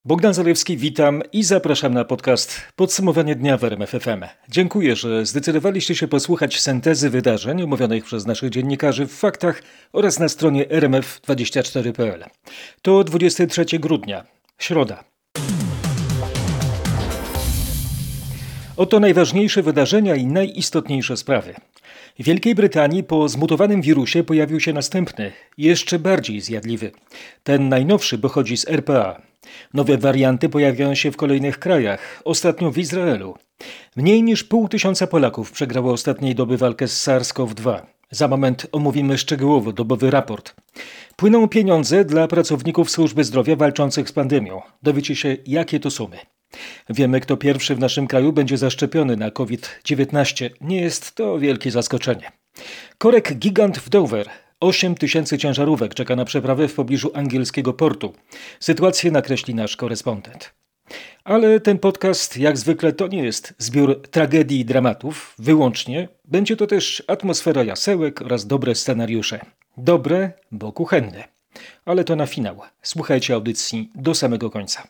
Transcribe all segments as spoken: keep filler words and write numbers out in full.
Bogdan Zalewski, witam i zapraszam na podcast Podsumowanie dnia w R M F F M. Dziękuję, że zdecydowaliście się posłuchać syntezy wydarzeń omówionych przez naszych dziennikarzy w faktach oraz na stronie r m f dwadzieścia cztery kropka p l. To dwudziestego trzeciego grudnia, środa. Oto najważniejsze wydarzenia i najistotniejsze sprawy. W Wielkiej Brytanii po zmutowanym wirusie pojawił się następny, jeszcze bardziej zjadliwy. Ten najnowszy pochodzi z R P A. Nowe warianty pojawiają się w kolejnych krajach, ostatnio w Izraelu. Mniej niż pół tysiąca Polaków przegrało ostatniej doby walkę z SARS CoV dwa. Za moment omówimy szczegółowo dobowy raport. Płyną pieniądze dla pracowników służby zdrowia walczących z pandemią. Dowiecie się, jakie to sumy. Wiemy, kto pierwszy w naszym kraju będzie zaszczepiony na COVID dziewiętnaście. Nie jest to wielkie zaskoczenie. Korek gigant w Dover. osiem tysięcy ciężarówek czeka na przeprawę w pobliżu angielskiego portu. Sytuację nakreśli nasz korespondent. Ale ten podcast, jak zwykle, to nie jest zbiór tragedii i dramatów. Wyłącznie będzie to też atmosfera jasełek oraz dobre scenariusze. Dobre, bo kuchenne. Ale to na finał. Słuchajcie audycji do samego końca.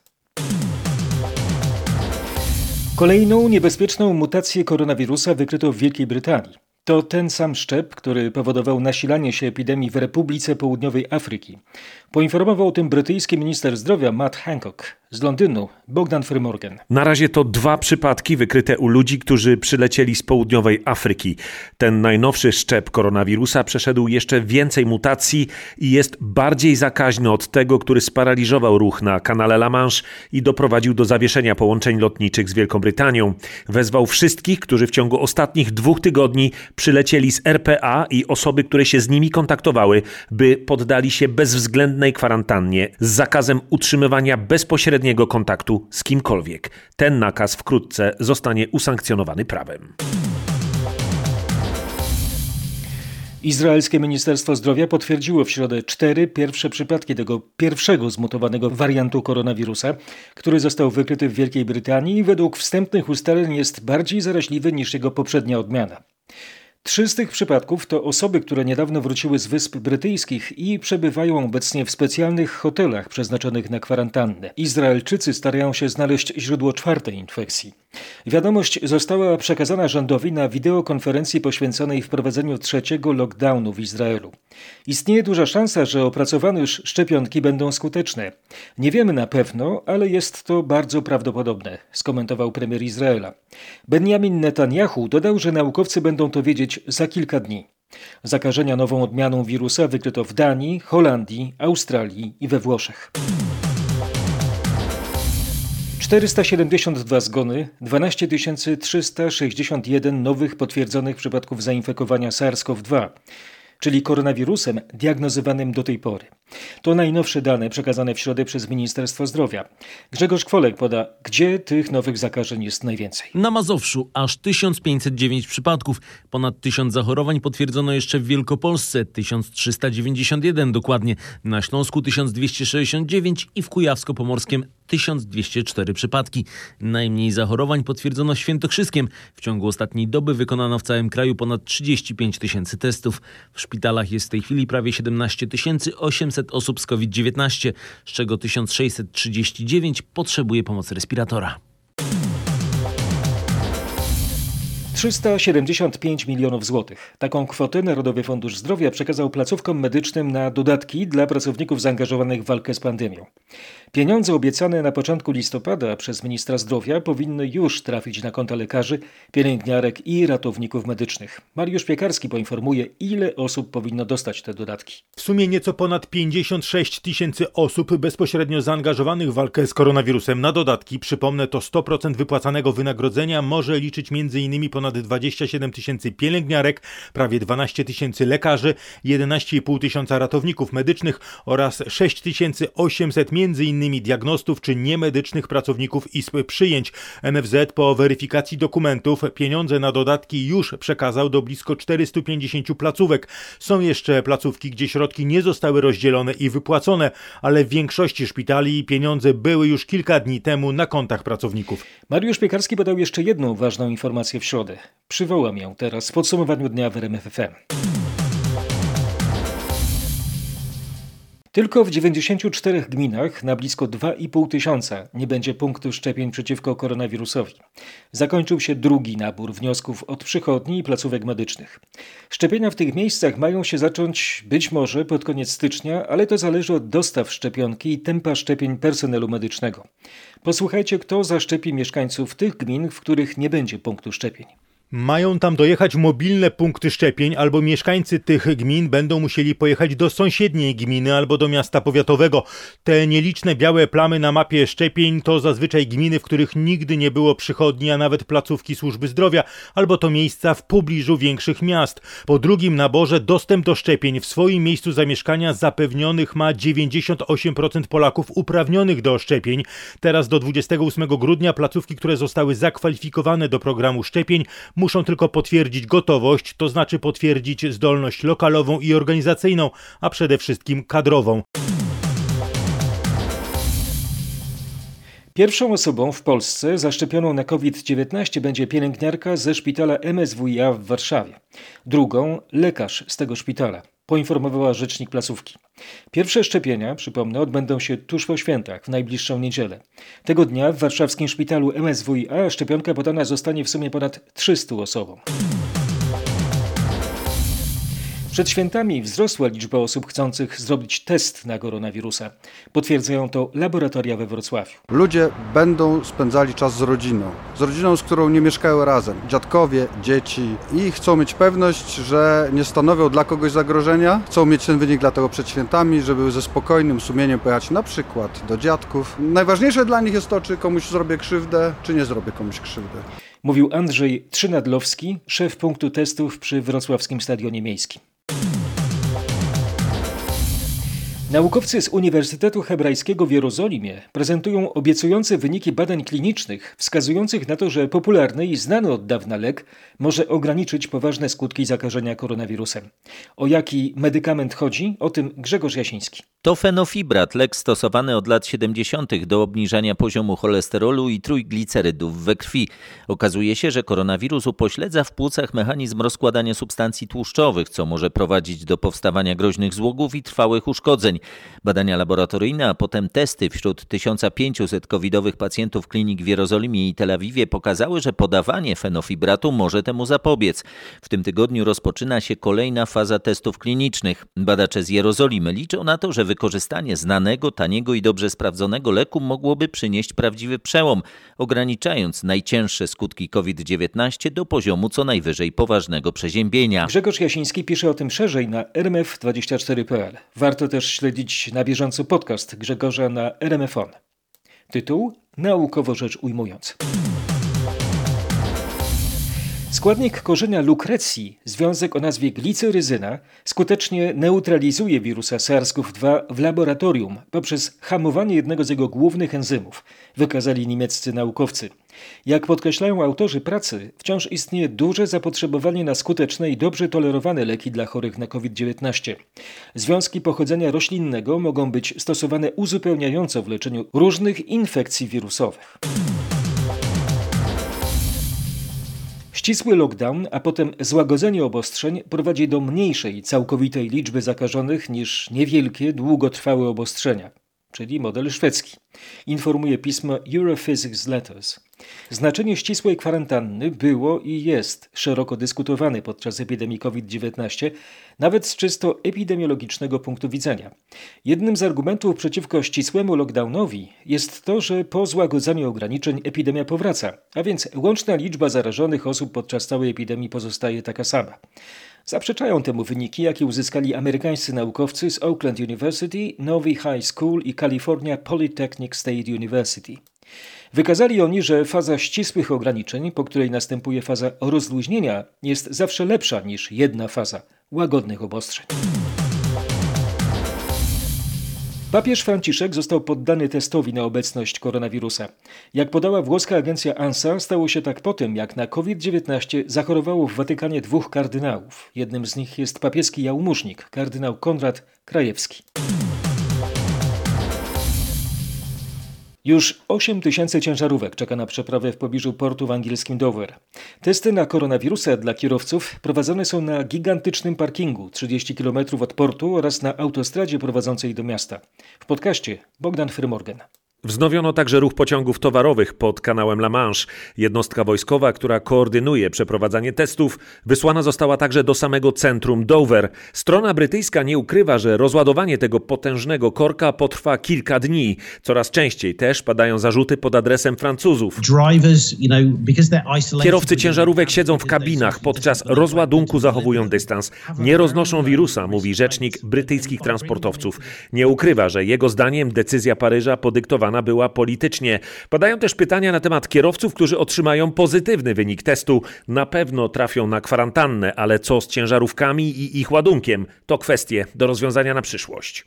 Kolejną niebezpieczną mutację koronawirusa wykryto w Wielkiej Brytanii. To ten sam szczep, który powodował nasilanie się epidemii w Republice Południowej Afryki. Poinformował o tym brytyjski minister zdrowia Matt Hancock. Z Londynu Bogdan Frymorgan. Na razie to dwa przypadki wykryte u ludzi, którzy przylecieli z południowej Afryki. Ten najnowszy szczep koronawirusa przeszedł jeszcze więcej mutacji i jest bardziej zakaźny od tego, który sparaliżował ruch na kanale La Manche i doprowadził do zawieszenia połączeń lotniczych z Wielką Brytanią. Wezwał wszystkich, którzy w ciągu ostatnich dwóch tygodni przylecieli z R P A i osoby, które się z nimi kontaktowały, by poddali się bezwzględnej kwarantannie z zakazem utrzymywania bezpośredniego kontaktu z kimkolwiek. Ten nakaz wkrótce zostanie usankcjonowany prawem. Izraelskie Ministerstwo Zdrowia potwierdziło w środę cztery pierwsze przypadki tego pierwszego zmutowanego wariantu koronawirusa, który został wykryty w Wielkiej Brytanii i według wstępnych ustaleń jest bardziej zaraźliwy niż jego poprzednia odmiana. Trzy z tych przypadków to osoby, które niedawno wróciły z Wysp Brytyjskich i przebywają obecnie w specjalnych hotelach przeznaczonych na kwarantannę. Izraelczycy starają się znaleźć źródło czwartej infekcji. Wiadomość została przekazana rządowi na wideokonferencji poświęconej wprowadzeniu trzeciego lockdownu w Izraelu. Istnieje duża szansa, że opracowane już szczepionki będą skuteczne. Nie wiemy na pewno, ale jest to bardzo prawdopodobne, skomentował premier Izraela. Benjamin Netanyahu dodał, że naukowcy będą to wiedzieć za kilka dni. Zakażenia nową odmianą wirusa wykryto w Danii, Holandii, Australii i we Włoszech. czterysta siedemdziesiąt dwa zgony, dwanaście tysięcy trzysta sześćdziesiąt jeden nowych potwierdzonych przypadków zainfekowania SARS CoV dwa, czyli koronawirusem diagnozowanym do tej pory. To najnowsze dane przekazane w środę przez Ministerstwo Zdrowia. Grzegorz Kwolek poda, gdzie tych nowych zakażeń jest najwięcej. Na Mazowszu aż tysiąc pięćset dziewięć przypadków. Ponad tysiąc zachorowań potwierdzono jeszcze w Wielkopolsce, tysiąc trzysta dziewięćdziesiąt jeden dokładnie. Na Śląsku tysiąc dwieście sześćdziesiąt dziewięć i w Kujawsko-Pomorskim tysiąc dwieście cztery przypadki. Najmniej zachorowań potwierdzono w Świętokrzyskiem. W ciągu ostatniej doby wykonano w całym kraju ponad trzydzieści pięć tysięcy testów. W szpitalach jest w tej chwili prawie siedemnaście tysięcy osiemset osób z COVID dziewiętnaście, z czego tysiąc sześćset trzydzieści dziewięć potrzebuje pomocy respiratora. trzysta siedemdziesiąt pięć milionów złotych. Taką kwotę Narodowy Fundusz Zdrowia przekazał placówkom medycznym na dodatki dla pracowników zaangażowanych w walkę z pandemią. Pieniądze obiecane na początku listopada przez ministra zdrowia powinny już trafić na konta lekarzy, pielęgniarek i ratowników medycznych. Mariusz Piekarski poinformuje, ile osób powinno dostać te dodatki. W sumie nieco ponad pięćdziesiąt sześć tysięcy osób bezpośrednio zaangażowanych w walkę z koronawirusem. Na dodatki, przypomnę, to sto procent wypłacanego wynagrodzenia może liczyć m.in. ponad dwadzieścia siedem tysięcy pielęgniarek, prawie dwanaście tysięcy lekarzy, jedenaście i pół tysiąca ratowników medycznych oraz sześć tysięcy osiemset m.in. diagnostów czy niemedycznych pracowników izb przyjęć. N F Z po weryfikacji dokumentów pieniądze na dodatki już przekazał do blisko czterystu pięćdziesięciu placówek. Są jeszcze placówki, gdzie środki nie zostały rozdzielone i wypłacone, ale w większości szpitali pieniądze były już kilka dni temu na kontach pracowników. Mariusz Piekarski podał jeszcze jedną ważną informację w środę. Przywołam ją teraz w podsumowaniu dnia w R M F F M. Tylko w dziewięćdziesięciu czterech gminach na blisko dwa i pół tysiąca nie będzie punktu szczepień przeciwko koronawirusowi. Zakończył się drugi nabór wniosków od przychodni i placówek medycznych. Szczepienia w tych miejscach mają się zacząć być może pod koniec stycznia, ale to zależy od dostaw szczepionki i tempa szczepień personelu medycznego. Posłuchajcie, kto zaszczepi mieszkańców tych gmin, w których nie będzie punktu szczepień. Mają tam dojechać mobilne punkty szczepień, albo mieszkańcy tych gmin będą musieli pojechać do sąsiedniej gminy albo do miasta powiatowego. Te nieliczne białe plamy na mapie szczepień to zazwyczaj gminy, w których nigdy nie było przychodni, a nawet placówki służby zdrowia, albo to miejsca w pobliżu większych miast. Po drugim naborze dostęp do szczepień w swoim miejscu zamieszkania zapewnionych ma dziewięćdziesiąt osiem procent Polaków uprawnionych do szczepień. Teraz do dwudziestego ósmego grudnia placówki, które zostały zakwalifikowane do programu szczepień, muszą tylko potwierdzić gotowość, to znaczy potwierdzić zdolność lokalową i organizacyjną, a przede wszystkim kadrową. Pierwszą osobą w Polsce zaszczepioną na COVID dziewiętnaście będzie pielęgniarka ze szpitala M S W i A w Warszawie. Drugą lekarz z tego szpitala, poinformowała rzecznik placówki. Pierwsze szczepienia, przypomnę, odbędą się tuż po świętach, w najbliższą niedzielę. Tego dnia w warszawskim szpitalu M S W i A szczepionka podana zostanie w sumie ponad trzystu osobom. Przed świętami wzrosła liczba osób chcących zrobić test na koronawirusa. Potwierdzają to laboratoria we Wrocławiu. Ludzie będą spędzali czas z rodziną, z rodziną, z którą nie mieszkają razem. Dziadkowie, dzieci i chcą mieć pewność, że nie stanowią dla kogoś zagrożenia. Chcą mieć ten wynik dlatego przed świętami, żeby ze spokojnym sumieniem pojechać na przykład do dziadków. Najważniejsze dla nich jest to, czy komuś zrobię krzywdę, czy nie zrobię komuś krzywdy. Mówił Andrzej Trzynadlowski, szef punktu testów przy wrocławskim Stadionie Miejskim. Naukowcy z Uniwersytetu Hebrajskiego w Jerozolimie prezentują obiecujące wyniki badań klinicznych, wskazujących na to, że popularny i znany od dawna lek może ograniczyć poważne skutki zakażenia koronawirusem. O jaki medykament chodzi? O tym Grzegorz Jasiński. To fenofibrat, lek stosowany od lat siedemdziesiątych do obniżania poziomu cholesterolu i trójglicerydów we krwi. Okazuje się, że koronawirus upośledza w płucach mechanizm rozkładania substancji tłuszczowych, co może prowadzić do powstawania groźnych złogów i trwałych uszkodzeń. Badania laboratoryjne, a potem testy wśród tysiąc pięćset covidowych pacjentów klinik w Jerozolimie i Tel Awiwie pokazały, że podawanie fenofibratu może temu zapobiec. W tym tygodniu rozpoczyna się kolejna faza testów klinicznych. Badacze z Jerozolimy liczą na to, że wykorzystanie znanego, taniego i dobrze sprawdzonego leku mogłoby przynieść prawdziwy przełom, ograniczając najcięższe skutki COVID dziewiętnaście do poziomu co najwyżej poważnego przeziębienia. Grzegorz Jasiński pisze o tym szerzej na r m f dwadzieścia cztery kropka p l. Warto też śledzić na bieżąco podcast Grzegorza na R M F on. Tytuł naukowo rzecz ujmując. Składnik korzenia lukrecji, związek o nazwie gliceryzyna, skutecznie neutralizuje wirusa SARS-CoV dwa w laboratorium poprzez hamowanie jednego z jego głównych enzymów, wykazali niemieccy naukowcy. Jak podkreślają autorzy pracy, wciąż istnieje duże zapotrzebowanie na skuteczne i dobrze tolerowane leki dla chorych na COVID dziewiętnaście. Związki pochodzenia roślinnego mogą być stosowane uzupełniająco w leczeniu różnych infekcji wirusowych. Ścisły lockdown, a potem złagodzenie obostrzeń prowadzi do mniejszej całkowitej liczby zakażonych niż niewielkie, długotrwałe obostrzenia, czyli model szwedzki, informuje pismo Europhysics Letters. Znaczenie ścisłej kwarantanny było i jest szeroko dyskutowane podczas epidemii COVID dziewiętnaście, nawet z czysto epidemiologicznego punktu widzenia. Jednym z argumentów przeciwko ścisłemu lockdownowi jest to, że po złagodzeniu ograniczeń epidemia powraca, a więc łączna liczba zarażonych osób podczas całej epidemii pozostaje taka sama. Zaprzeczają temu wyniki, jakie uzyskali amerykańscy naukowcy z Oakland University, Novi High School i California Polytechnic State University. Wykazali oni, że faza ścisłych ograniczeń, po której następuje faza rozluźnienia, jest zawsze lepsza niż jedna faza łagodnych obostrzeń. Papież Franciszek został poddany testowi na obecność koronawirusa. Jak podała włoska agencja ANSA, stało się tak po tym, jak na COVID dziewiętnaście zachorowało w Watykanie dwóch kardynałów. Jednym z nich jest papieski jałmużnik, kardynał Konrad Krajewski. Już osiem tysięcy ciężarówek czeka na przeprawę w pobliżu portu w angielskim Dover. Testy na koronawirusa dla kierowców prowadzone są na gigantycznym parkingu trzydzieści kilometrów od portu oraz na autostradzie prowadzącej do miasta. W podcaście Bogdan Frymorgan. Wznowiono także ruch pociągów towarowych pod kanałem La Manche. Jednostka wojskowa, która koordynuje przeprowadzanie testów, wysłana została także do samego centrum Dover. Strona brytyjska nie ukrywa, że rozładowanie tego potężnego korka potrwa kilka dni. Coraz częściej też padają zarzuty pod adresem Francuzów. Kierowcy ciężarówek siedzą w kabinach, podczas rozładunku zachowują dystans. Nie roznoszą wirusa, mówi rzecznik brytyjskich transportowców. Nie ukrywa, że jego zdaniem decyzja Paryża podyktowana była politycznie. Padają też pytania na temat kierowców, którzy otrzymają pozytywny wynik testu. Na pewno trafią na kwarantannę, ale co z ciężarówkami i ich ładunkiem? To kwestie do rozwiązania na przyszłość.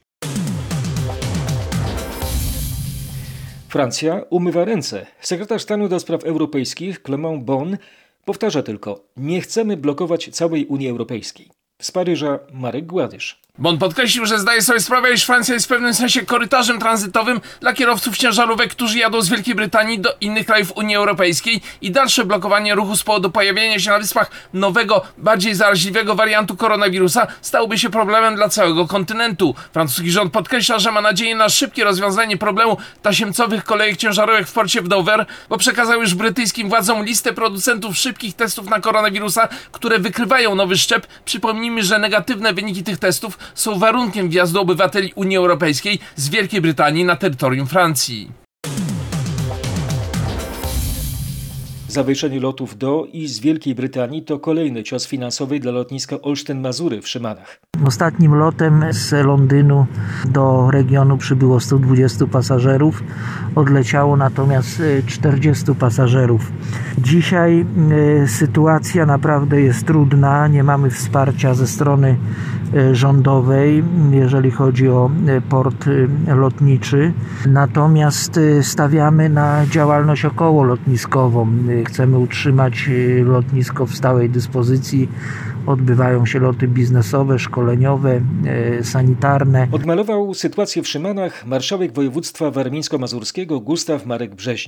Francja umywa ręce. Sekretarz stanu do spraw europejskich Clément Beaune powtarza tylko: nie chcemy blokować całej Unii Europejskiej. Z Paryża Marek Gładysz. Bon podkreślił, że zdaje sobie sprawę, iż Francja jest w pewnym sensie korytarzem tranzytowym dla kierowców ciężarówek, którzy jadą z Wielkiej Brytanii do innych krajów Unii Europejskiej, i dalsze blokowanie ruchu z powodu pojawienia się na wyspach nowego, bardziej zaraźliwego wariantu koronawirusa stałoby się problemem dla całego kontynentu. Francuski rząd podkreśla, że ma nadzieję na szybkie rozwiązanie problemu tasiemcowych kolejek ciężarówek w porcie w Dover, bo przekazał już brytyjskim władzom listę producentów szybkich testów na koronawirusa, które wykrywają nowy szczep. Przypomnijmy, że negatywne wyniki tych testów są warunkiem wjazdu obywateli Unii Europejskiej z Wielkiej Brytanii na terytorium Francji. Zawieszenie lotów do i z Wielkiej Brytanii to kolejny cios finansowy dla lotniska Olsztyn-Mazury w Szymanach. Ostatnim lotem z Londynu do regionu przybyło sto dwudziestu pasażerów, odleciało natomiast czterdziestu pasażerów. Dzisiaj y, sytuacja naprawdę jest trudna, nie mamy wsparcia ze strony y, rządowej, jeżeli chodzi o y, port y, lotniczy, natomiast y, stawiamy na działalność okołolotniskową. Y, chcemy utrzymać y, lotnisko w stałej dyspozycji. Odbywają się loty biznesowe, szkoleniowe, e, sanitarne. Odmalował sytuację w Szymanach marszałek województwa warmińsko-mazurskiego Gustaw Marek Brzeziń.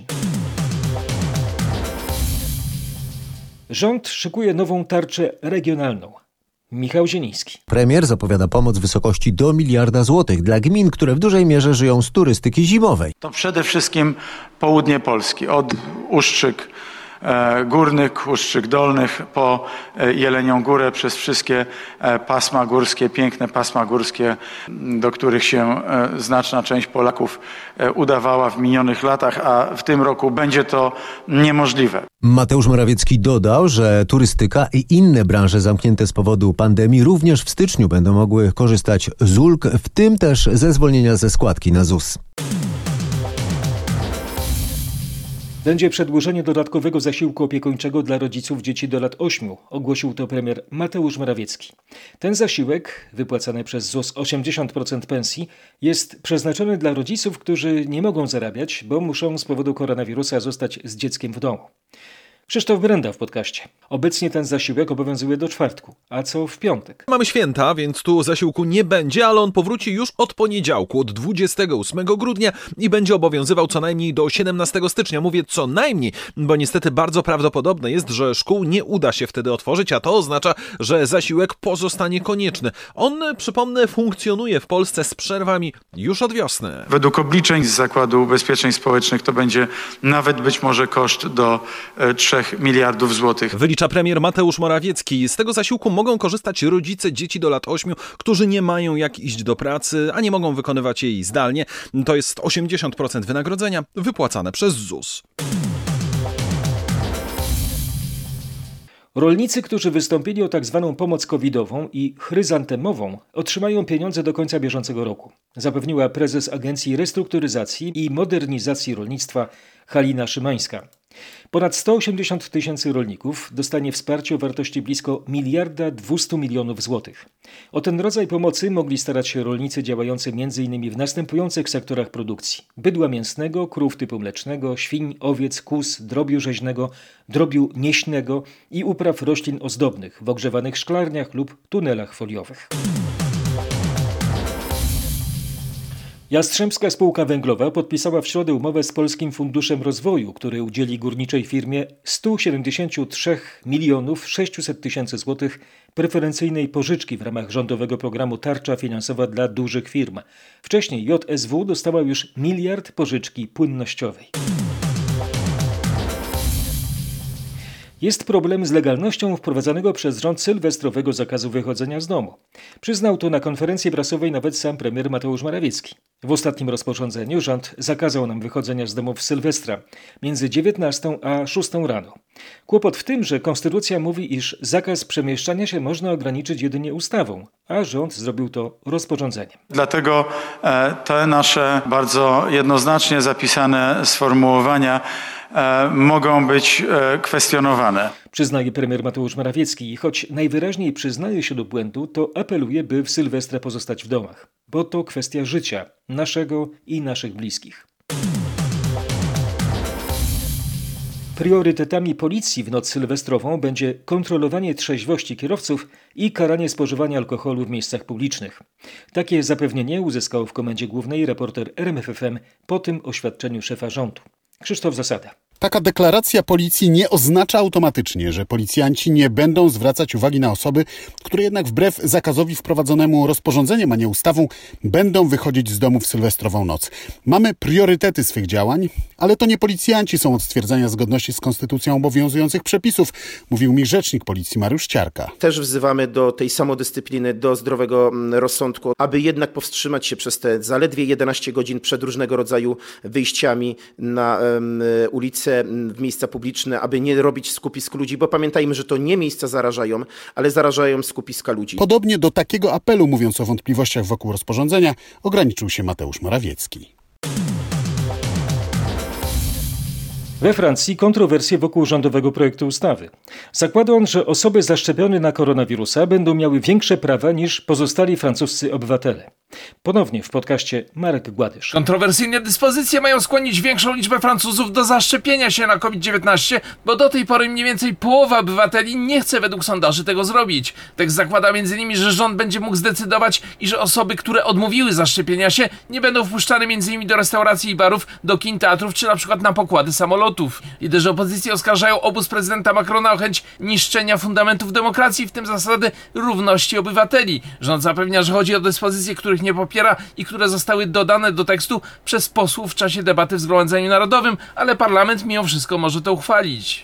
Rząd szykuje nową tarczę regionalną. Michał Zieliński. Premier zapowiada pomoc w wysokości do miliarda złotych dla gmin, które w dużej mierze żyją z turystyki zimowej. To przede wszystkim południe Polski, od Ustrzyk Górnych, Ustrzyk Dolnych po Jelenią Górę, przez wszystkie pasma górskie, piękne pasma górskie, do których się znaczna część Polaków udawała w minionych latach, a w tym roku będzie to niemożliwe. Mateusz Morawiecki dodał, że turystyka i inne branże zamknięte z powodu pandemii również w styczniu będą mogły korzystać z ulg, w tym też ze zwolnienia ze składki na Z U S. Będzie przedłużenie dodatkowego zasiłku opiekuńczego dla rodziców dzieci do lat ośmiu, ogłosił to premier Mateusz Morawiecki. Ten zasiłek, wypłacany przez Z U S osiemdziesiąt procent pensji, jest przeznaczony dla rodziców, którzy nie mogą zarabiać, bo muszą z powodu koronawirusa zostać z dzieckiem w domu. Krzysztof Brenda w podcaście. Obecnie ten zasiłek obowiązuje do czwartku, a co w piątek? Mamy święta, więc tu zasiłku nie będzie, ale on powróci już od poniedziałku, od dwudziestego ósmego grudnia i będzie obowiązywał co najmniej do siedemnastego stycznia. Mówię co najmniej, bo niestety bardzo prawdopodobne jest, że szkół nie uda się wtedy otworzyć, a to oznacza, że zasiłek pozostanie konieczny. On, przypomnę, funkcjonuje w Polsce z przerwami już od wiosny. Według obliczeń z Zakładu Ubezpieczeń Społecznych to będzie nawet być może koszt do trzech miliardów złotych. Wylicza premier Mateusz Morawiecki. Z tego zasiłku mogą korzystać rodzice dzieci do lat ośmiu, którzy nie mają jak iść do pracy, a nie mogą wykonywać jej zdalnie. To jest osiemdziesiąt procent wynagrodzenia wypłacane przez Z U S. Rolnicy, którzy wystąpili o tzw. pomoc covidową i chryzantemową, otrzymają pieniądze do końca bieżącego roku, zapewniła prezes Agencji Restrukturyzacji i Modernizacji Rolnictwa Halina Szymańska. Ponad sto osiemdziesiąt tysięcy rolników dostanie wsparcie o wartości blisko miliarda dwustu milionów złotych. O ten rodzaj pomocy mogli starać się rolnicy działający między innymi w następujących sektorach produkcji: bydła mięsnego, krów typu mlecznego, świń, owiec, kóz, drobiu rzeźnego, drobiu nieśnego i upraw roślin ozdobnych w ogrzewanych szklarniach lub tunelach foliowych. Jastrzębska Spółka Węglowa podpisała w środę umowę z Polskim Funduszem Rozwoju, który udzieli górniczej firmie sto siedemdziesiąt trzy milionów sześćset tysięcy złotych preferencyjnej pożyczki w ramach rządowego programu Tarcza Finansowa dla Dużych Firm. Wcześniej J S W dostała już miliard pożyczki płynnościowej. Jest problem z legalnością wprowadzanego przez rząd sylwestrowego zakazu wychodzenia z domu. Przyznał to na konferencji prasowej nawet sam premier Mateusz Morawiecki. W ostatnim rozporządzeniu rząd zakazał nam wychodzenia z domu w Sylwestra między dziewiętnastą a szóstą rano. Kłopot w tym, że konstytucja mówi, iż zakaz przemieszczania się można ograniczyć jedynie ustawą, a rząd zrobił to rozporządzeniem. Dlatego te nasze bardzo jednoznacznie zapisane sformułowania mogą być kwestionowane. Przyznaje premier Mateusz Morawiecki i choć najwyraźniej przyznaje się do błędu, to apeluje, by w Sylwestra pozostać w domach, bo to kwestia życia, naszego i naszych bliskich. Priorytetami policji w noc sylwestrową będzie kontrolowanie trzeźwości kierowców i karanie spożywania alkoholu w miejscach publicznych. Takie zapewnienie uzyskał w Komendzie Głównej reporter R M F F M po tym oświadczeniu szefa rządu. Krzysztof Zasada. Taka deklaracja policji nie oznacza automatycznie, że policjanci nie będą zwracać uwagi na osoby, które jednak wbrew zakazowi wprowadzonemu rozporządzeniem, a nie ustawą, będą wychodzić z domu w sylwestrową noc. Mamy priorytety swych działań, ale to nie policjanci są od stwierdzania zgodności z konstytucją obowiązujących przepisów, mówił mi rzecznik policji Mariusz Ciarka. Też wzywamy do tej samodyscypliny, do zdrowego rozsądku, aby jednak powstrzymać się przez te zaledwie jedenaście godzin przed różnego rodzaju wyjściami na um, ulicę, w miejsca publiczne, aby nie robić skupisk ludzi, bo pamiętajmy, że to nie miejsca zarażają, ale zarażają skupiska ludzi. Podobnie do takiego apelu, mówiąc o wątpliwościach wokół rozporządzenia, ograniczył się Mateusz Morawiecki. We Francji kontrowersje wokół rządowego projektu ustawy. Zakłada on, że osoby zaszczepione na koronawirusa będą miały większe prawa niż pozostali francuscy obywatele. Ponownie w podcaście Marek Gładysz. Kontrowersyjne dyspozycje mają skłonić większą liczbę Francuzów do zaszczepienia się na COVID dziewiętnaście, bo do tej pory mniej więcej połowa obywateli nie chce według sondaży tego zrobić. Tekst zakłada między innymi, że rząd będzie mógł zdecydować i że osoby, które odmówiły zaszczepienia się, nie będą wpuszczane między innymi do restauracji i barów, do kin, teatrów czy na przykład na pokłady samolotów. Liderzy opozycji oskarżają obóz prezydenta Macrona o chęć niszczenia fundamentów demokracji, w tym zasady równości obywateli. Rząd zapewnia, że chodzi o dyspozycje, których nie popiera i które zostały dodane do tekstu przez posłów w czasie debaty w Zgromadzeniu Narodowym, ale parlament mimo wszystko może to uchwalić.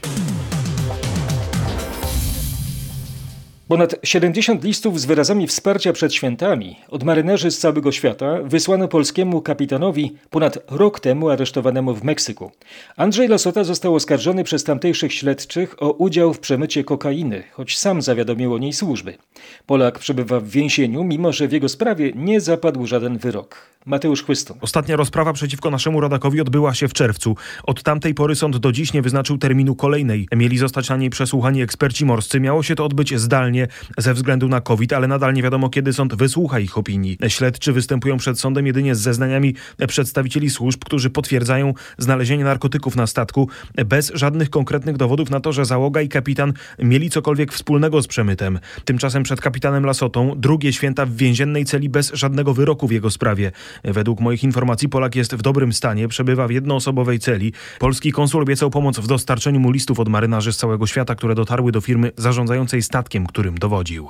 Ponad siedemdziesiąt listów z wyrazami wsparcia przed świętami od marynarzy z całego świata wysłano polskiemu kapitanowi ponad rok temu aresztowanemu w Meksyku. Andrzej Lasota został oskarżony przez tamtejszych śledczych o udział w przemycie kokainy, choć sam zawiadomił o niej służby. Polak przebywa w więzieniu, mimo że w jego sprawie nie zapadł żaden wyrok. Mateusz Chwystun. Ostatnia rozprawa przeciwko naszemu rodakowi odbyła się w czerwcu. Od tamtej pory sąd do dziś nie wyznaczył terminu kolejnej. Mieli zostać na niej przesłuchani eksperci morscy. Miało się to odbyć zdalnie ze względu na COVID, ale nadal nie wiadomo, kiedy sąd wysłucha ich opinii. Śledczy występują przed sądem jedynie z zeznaniami przedstawicieli służb, którzy potwierdzają znalezienie narkotyków na statku, bez żadnych konkretnych dowodów na to, że załoga i kapitan mieli cokolwiek wspólnego z przemytem. Tymczasem przed kapitanem Lasotą drugie święta w więziennej celi bez żadnego wyroku w jego sprawie. Według moich informacji Polak jest w dobrym stanie, przebywa w jednoosobowej celi. Polski konsul obiecał pomoc w dostarczeniu mu listów od marynarzy z całego świata, które dotarły do firmy zarządzającej statkiem, którym dowodził.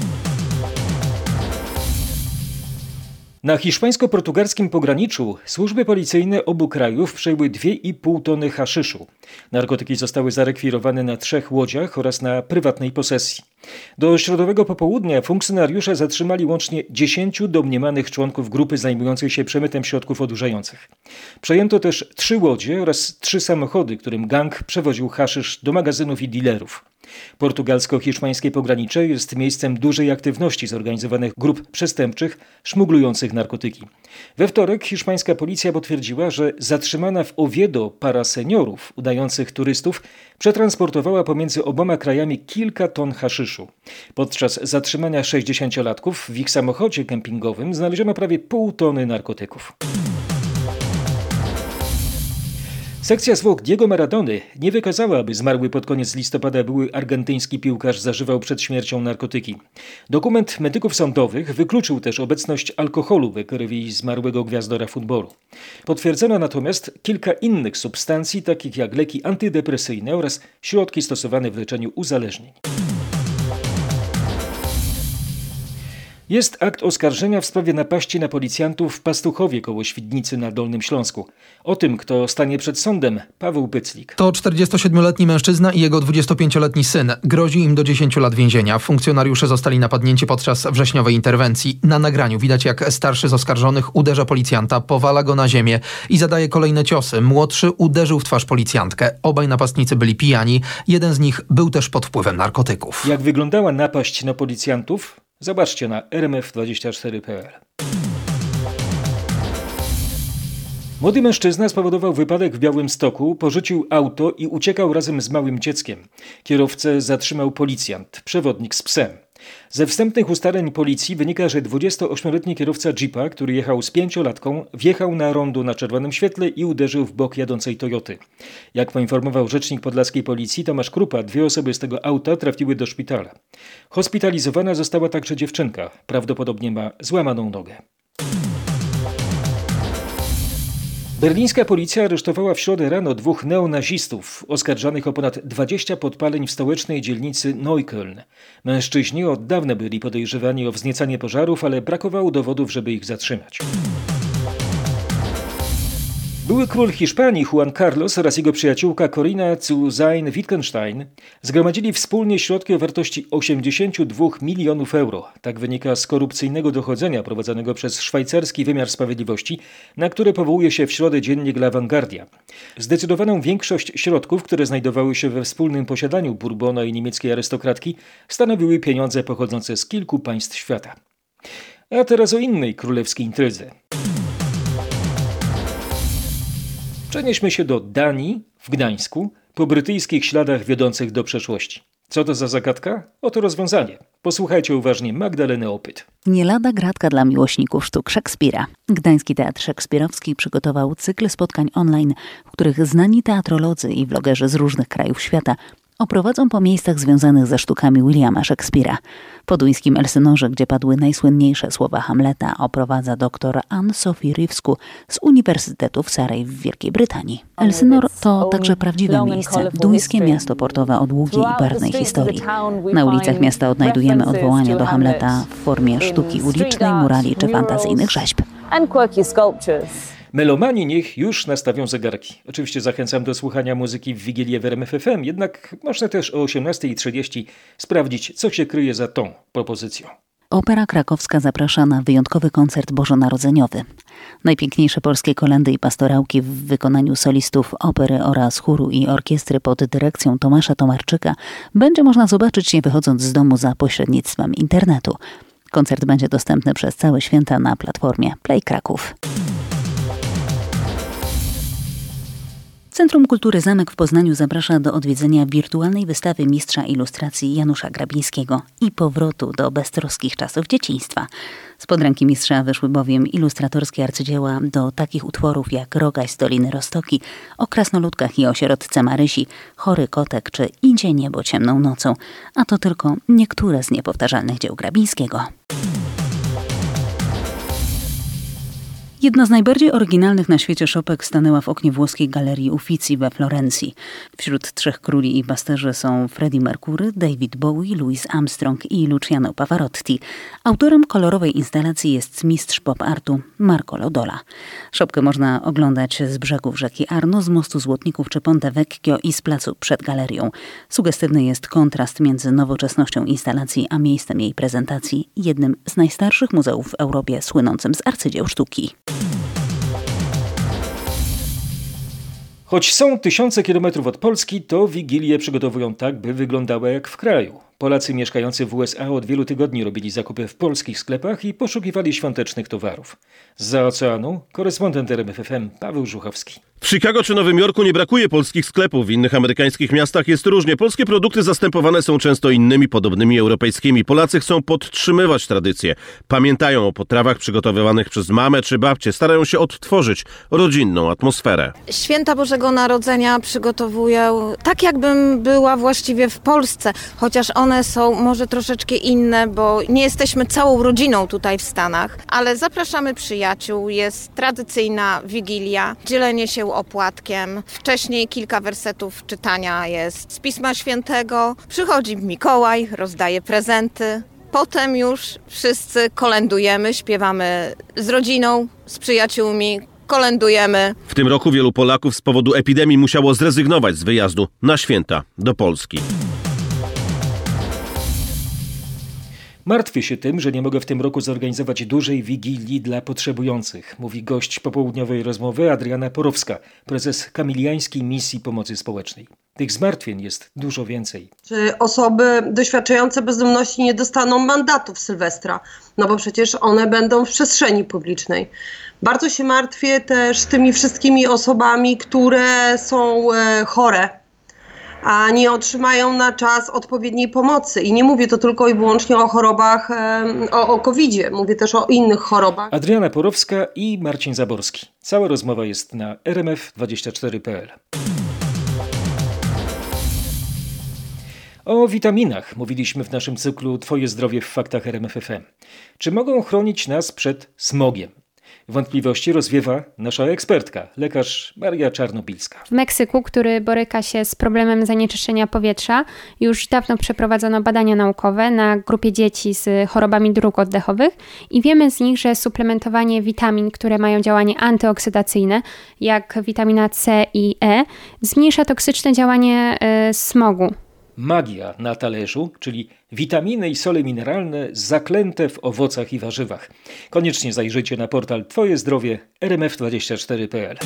Na hiszpańsko-portugalskim pograniczu służby policyjne obu krajów przejęły dwie i pół tony haszyszu. Narkotyki zostały zarekwirowane na trzech łodziach oraz na prywatnej posesji. Do środowego popołudnia funkcjonariusze zatrzymali łącznie dziesięciu domniemanych członków grupy zajmującej się przemytem środków odurzających. Przejęto też trzy łodzie oraz trzy samochody, którym gang przewoził haszysz do magazynów i dealerów. Portugalsko-hiszpańskie pogranicze jest miejscem dużej aktywności zorganizowanych grup przestępczych szmuglujących narkotyki. We wtorek hiszpańska policja potwierdziła, że zatrzymana w Oviedo para seniorów udających turystów przetransportowała pomiędzy oboma krajami kilka ton haszyszu. Podczas zatrzymania sześćdziesięciolatków w ich samochodzie kempingowym znaleziono prawie pół tony narkotyków. Sekcja zwłok Diego Maradony nie wykazała, aby zmarły pod koniec listopada były argentyński piłkarz zażywał przed śmiercią narkotyki. Dokument medyków sądowych wykluczył też obecność alkoholu we krwi zmarłego gwiazdora futbolu. Potwierdzono natomiast kilka innych substancji, takich jak leki antydepresyjne oraz środki stosowane w leczeniu uzależnień. Jest akt oskarżenia w sprawie napaści na policjantów w Pastuchowie koło Świdnicy na Dolnym Śląsku. O tym, kto stanie przed sądem, Paweł Pyclik. To czterdziestosiedmioletni mężczyzna i jego dwudziestopięcioletni syn. Grozi im do dziesięciu lat więzienia. Funkcjonariusze zostali napadnięci podczas wrześniowej interwencji. Na nagraniu widać, jak starszy z oskarżonych uderza policjanta, powala go na ziemię i zadaje kolejne ciosy. Młodszy uderzył w twarz policjantkę. Obaj napastnicy byli pijani. Jeden z nich był też pod wpływem narkotyków. Jak wyglądała napaść na policjantów? Zobaczcie na er em ef dwadzieścia cztery kropka pe el. Młody mężczyzna spowodował wypadek w Białymstoku, porzucił auto i uciekał razem z małym dzieckiem. Kierowcę zatrzymał policjant, przewodnik z psem. Ze wstępnych ustaleń policji wynika, że dwudziestoośmioletni kierowca jeepa, który jechał z pięciolatką, wjechał na rondo na czerwonym świetle i uderzył w bok jadącej Toyoty. Jak poinformował rzecznik podlaskiej policji Tomasz Krupa, dwie osoby z tego auta trafiły do szpitala. Hospitalizowana została także dziewczynka, prawdopodobnie ma złamaną nogę. Berlińska policja aresztowała w środę rano dwóch neonazistów oskarżanych o ponad dwadzieścia podpaleń w stołecznej dzielnicy Neukölln. Mężczyźni od dawna byli podejrzewani o wzniecanie pożarów, ale brakowało dowodów, żeby ich zatrzymać. Były król Hiszpanii Juan Carlos oraz jego przyjaciółka Corinna zu Zayn-Wittgenstein zgromadzili wspólnie środki o wartości osiemdziesiąt dwa milionów euro. Tak wynika z korupcyjnego dochodzenia prowadzonego przez szwajcarski wymiar sprawiedliwości, na które powołuje się w środę dziennik La Vanguardia. Zdecydowaną większość środków, które znajdowały się we wspólnym posiadaniu Bourbona i niemieckiej arystokratki, stanowiły pieniądze pochodzące z kilku państw świata. A teraz o innej królewskiej intrydze. Przenieśmy się do Danii, w Gdańsku, po brytyjskich śladach wiodących do przeszłości. Co to za zagadka? Oto rozwiązanie. Posłuchajcie uważnie Magdaleny Opyt. Nie lada gratka dla miłośników sztuk Szekspira. Gdański Teatr Szekspirowski przygotował cykl spotkań online, w których znani teatrolodzy i vlogerzy z różnych krajów świata oprowadzą po miejscach związanych ze sztukami Williama Szekspira. Po duńskim Elsynorze, gdzie padły najsłynniejsze słowa Hamleta, oprowadza dr Anne-Sophie Rivsku z Uniwersytetu w Surrey w Wielkiej Brytanii. Elsynor to także prawdziwe miejsce, duńskie miasto portowe o długiej i barwnej historii. Na ulicach miasta odnajdujemy odwołania do Hamleta w formie sztuki ulicznej, murali czy fantazyjnych rzeźb. Melomani niech już nastawią zegarki. Oczywiście zachęcam do słuchania muzyki w Wigilię w R M F F M, jednak można też o osiemnastej trzydzieści sprawdzić, co się kryje za tą propozycją. Opera Krakowska zaprasza na wyjątkowy koncert bożonarodzeniowy. Najpiękniejsze polskie kolędy i pastorałki w wykonaniu solistów opery oraz chóru i orkiestry pod dyrekcją Tomasza Tomarczyka będzie można zobaczyć, nie wychodząc z domu, za pośrednictwem internetu. Koncert będzie dostępny przez całe święta na platformie Play Kraków. Centrum Kultury Zamek w Poznaniu zaprasza do odwiedzenia wirtualnej wystawy mistrza ilustracji Janusza Grabińskiego i powrotu do beztroskich czasów dzieciństwa. Spod ręki mistrza wyszły bowiem ilustratorskie arcydzieła do takich utworów jak Rogaś z Doliny Roztoki, o krasnoludkach i o sierotce Marysi, Chory kotek czy Idzie niebo ciemną nocą. A to tylko niektóre z niepowtarzalnych dzieł Grabińskiego. Jedna z najbardziej oryginalnych na świecie szopek stanęła w oknie włoskiej galerii Uffizi we Florencji. Wśród trzech króli i pasterzy są Freddie Mercury, David Bowie, Louis Armstrong i Luciano Pavarotti. Autorem kolorowej instalacji jest mistrz pop-artu Marco Lodola. Szopkę można oglądać z brzegów rzeki Arno, z mostu Złotników czy Ponte Vecchio i z placu przed galerią. Sugestywny jest kontrast między nowoczesnością instalacji a miejscem jej prezentacji, jednym z najstarszych muzeów w Europie słynącym z arcydzieł sztuki. Choć są tysiące kilometrów od Polski, to Wigilię przygotowują tak, by wyglądała jak w kraju. Polacy mieszkający w U S A od wielu tygodni robili zakupy w polskich sklepach i poszukiwali świątecznych towarów. Zza oceanu korespondent R M F F M Paweł Żuchowski. W Chicago czy Nowym Jorku nie brakuje polskich sklepów, w innych amerykańskich miastach jest różnie. Polskie produkty zastępowane są często innymi, podobnymi europejskimi. Polacy chcą podtrzymywać tradycje. Pamiętają o potrawach przygotowywanych przez mamę czy babcię. Starają się odtworzyć rodzinną atmosferę. Święta Bożego Narodzenia przygotowuję tak, jakbym była właściwie w Polsce, chociaż one są może troszeczkę inne, bo nie jesteśmy całą rodziną tutaj w Stanach, ale zapraszamy przyjaciół, jest tradycyjna Wigilia, dzielenie się opłatkiem. Wcześniej kilka wersetów czytania jest z Pisma Świętego. Przychodzi Mikołaj, rozdaje prezenty. Potem już wszyscy kolędujemy, śpiewamy z rodziną, z przyjaciółmi, kolędujemy. W tym roku wielu Polaków z powodu epidemii musiało zrezygnować z wyjazdu na święta do Polski. Martwię się tym, że nie mogę w tym roku zorganizować dużej wigilii dla potrzebujących, mówi gość popołudniowej rozmowy Adriana Porowska, prezes Kamiliańskiej Misji Pomocy Społecznej. Tych zmartwień jest dużo więcej. Czy osoby doświadczające bezdomności nie dostaną mandatu w Sylwestra? No bo przecież one będą w przestrzeni publicznej. Bardzo się martwię też tymi wszystkimi osobami, które są e, chore, a nie otrzymają na czas odpowiedniej pomocy. I nie mówię to tylko i wyłącznie o chorobach, o, o kowidzie, mówię też o innych chorobach. Adriana Porowska i Marcin Zaborski. Cała rozmowa jest na r m f dwadzieścia cztery kropka p l. O witaminach mówiliśmy w naszym cyklu Twoje zdrowie w faktach R M F F M. Czy mogą chronić nas przed smogiem? Wątpliwości rozwiewa nasza ekspertka, lekarz Maria Czarnobilska. W Meksyku, który boryka się z problemem zanieczyszczenia powietrza, już dawno przeprowadzono badania naukowe na grupie dzieci z chorobami dróg oddechowych i wiemy z nich, że suplementowanie witamin, które mają działanie antyoksydacyjne, jak witamina C i E, zmniejsza toksyczne działanie y, smogu. Magia na talerzu, czyli witaminy i sole mineralne zaklęte w owocach i warzywach. Koniecznie zajrzyjcie na portal Twoje zdrowie R M F dwadzieścia cztery kropka p l.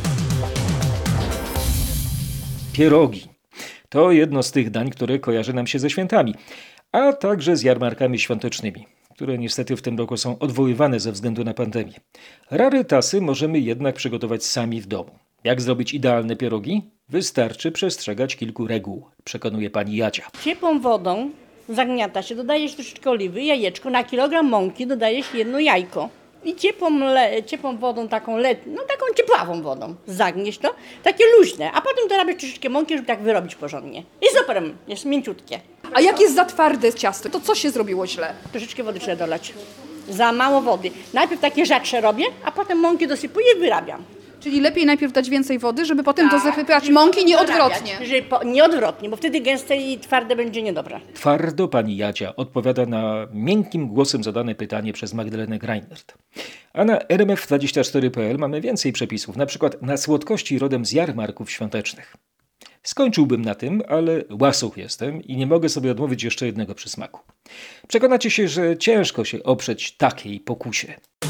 Pierogi. To jedno z tych dań, które kojarzy nam się ze świętami, a także z jarmarkami świątecznymi, które niestety w tym roku są odwoływane ze względu na pandemię. Rarytasy możemy jednak przygotować sami w domu. Jak zrobić idealne pierogi? Wystarczy przestrzegać kilku reguł, przekonuje pani Jadzia. Ciepłą wodą zagniata się, dodajesz troszeczkę oliwy, jajeczko, na kilogram mąki dodajesz jedno jajko. I ciepłą, le, ciepłą wodą, taką letnią, no taką ciepławą wodą zagniesz to, takie luźne, a potem dorabiasz troszeczkę mąki, żeby tak wyrobić porządnie. I super, jest mięciutkie. A jak jest za twarde ciasto, to co się zrobiło źle? Troszeczkę wody trzeba dolać, za mało wody. Najpierw takie rzadsze robię, a potem mąki dosypuję i wyrabiam. Czyli lepiej najpierw dać więcej wody, żeby potem tak, dosypywać mąki, nie odwrotnie. Żeby po, nie odwrotnie, bo wtedy gęste i twarde będzie niedobre. Twardo pani Jadzia odpowiada na miękkim głosem zadane pytanie przez Magdalenę Greinert. A na R M F dwadzieścia cztery kropka p l mamy więcej przepisów, na przykład na słodkości rodem z jarmarków świątecznych. Skończyłbym na tym, ale łasuch jestem i nie mogę sobie odmówić jeszcze jednego przysmaku. Przekonacie się, że ciężko się oprzeć takiej pokusie.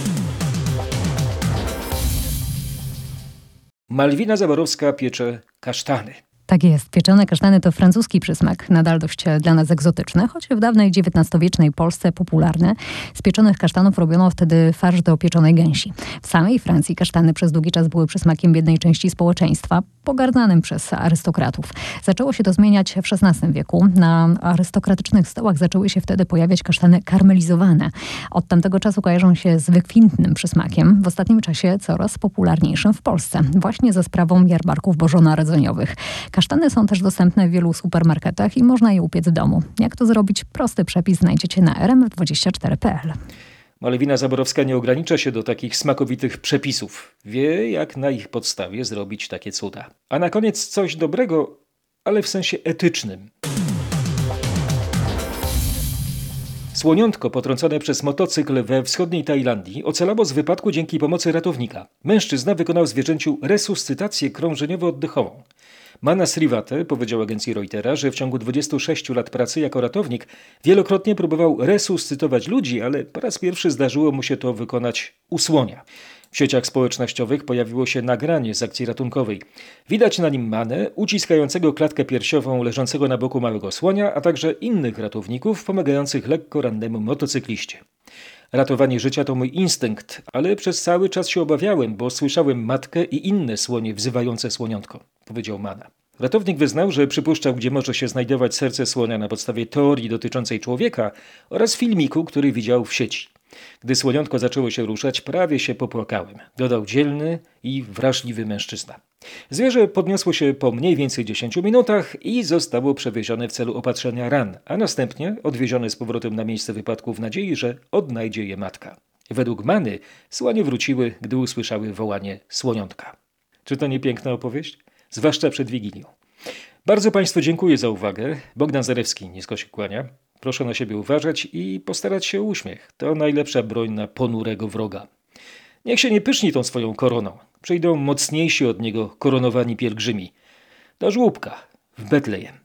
Malwina Zaborowska piecze kasztany. Tak jest. Pieczone kasztany to francuski przysmak, nadal dość dla nas egzotyczny, choć w dawnej dziewiętnastowiecznej Polsce popularny. Z pieczonych kasztanów robiono wtedy farsz do pieczonej gęsi. W samej Francji kasztany przez długi czas były przysmakiem biednej części społeczeństwa, pogardzanym przez arystokratów. Zaczęło się to zmieniać w szesnastym wieku. Na arystokratycznych stołach zaczęły się wtedy pojawiać kasztany karmelizowane. Od tamtego czasu kojarzą się z wykwintnym przysmakiem, w ostatnim czasie coraz popularniejszym w Polsce, właśnie ze sprawą jarmarków bożonarodzeniowych. Kasztany są też dostępne w wielu supermarketach i można je upiec w domu. Jak to zrobić? Prosty przepis znajdziecie na r m f dwadzieścia cztery kropka p l. Malwina Zaborowska nie ogranicza się do takich smakowitych przepisów. Wie, jak na ich podstawie zrobić takie cuda. A na koniec coś dobrego, ale w sensie etycznym. Słoniątko potrącone przez motocykl we wschodniej Tajlandii ocalało z wypadku dzięki pomocy ratownika. Mężczyzna wykonał zwierzęciu resuscytację krążeniowo-oddechową. Mana Sriwate powiedział agencji Reutera, że w ciągu dwudziestu sześciu lat pracy jako ratownik wielokrotnie próbował resuscytować ludzi, ale po raz pierwszy zdarzyło mu się to wykonać u słonia. W sieciach społecznościowych pojawiło się nagranie z akcji ratunkowej. Widać na nim Manę uciskającego klatkę piersiową leżącego na boku małego słonia, a także innych ratowników pomagających lekko rannemu motocykliście. Ratowanie życia to mój instynkt, ale przez cały czas się obawiałem, bo słyszałem matkę i inne słonie wzywające słoniątko, powiedział Mana. Ratownik wyznał, że przypuszczał, gdzie może się znajdować serce słonia na podstawie teorii dotyczącej człowieka oraz filmiku, który widział w sieci. Gdy słoniątko zaczęło się ruszać, prawie się popłakałem, dodał dzielny i wrażliwy mężczyzna. Zwierzę podniosło się po mniej więcej dziesięciu minutach i zostało przewiezione w celu opatrzenia ran, a następnie odwiezione z powrotem na miejsce wypadku w nadziei, że odnajdzie je matka. Według Many słonie wróciły, gdy usłyszały wołanie słoniątka. Czy to nie piękna opowieść? Zwłaszcza przed Wigilią. Bardzo Państwu dziękuję za uwagę. Bogdan Zarewski nisko się kłania. Proszę na siebie uważać i postarać się o uśmiech. To najlepsza broń na ponurego wroga. Niech się nie pyszni tą swoją koroną. Przyjdą mocniejsi od niego koronowani pielgrzymi. Do żłóbka w Betlejem.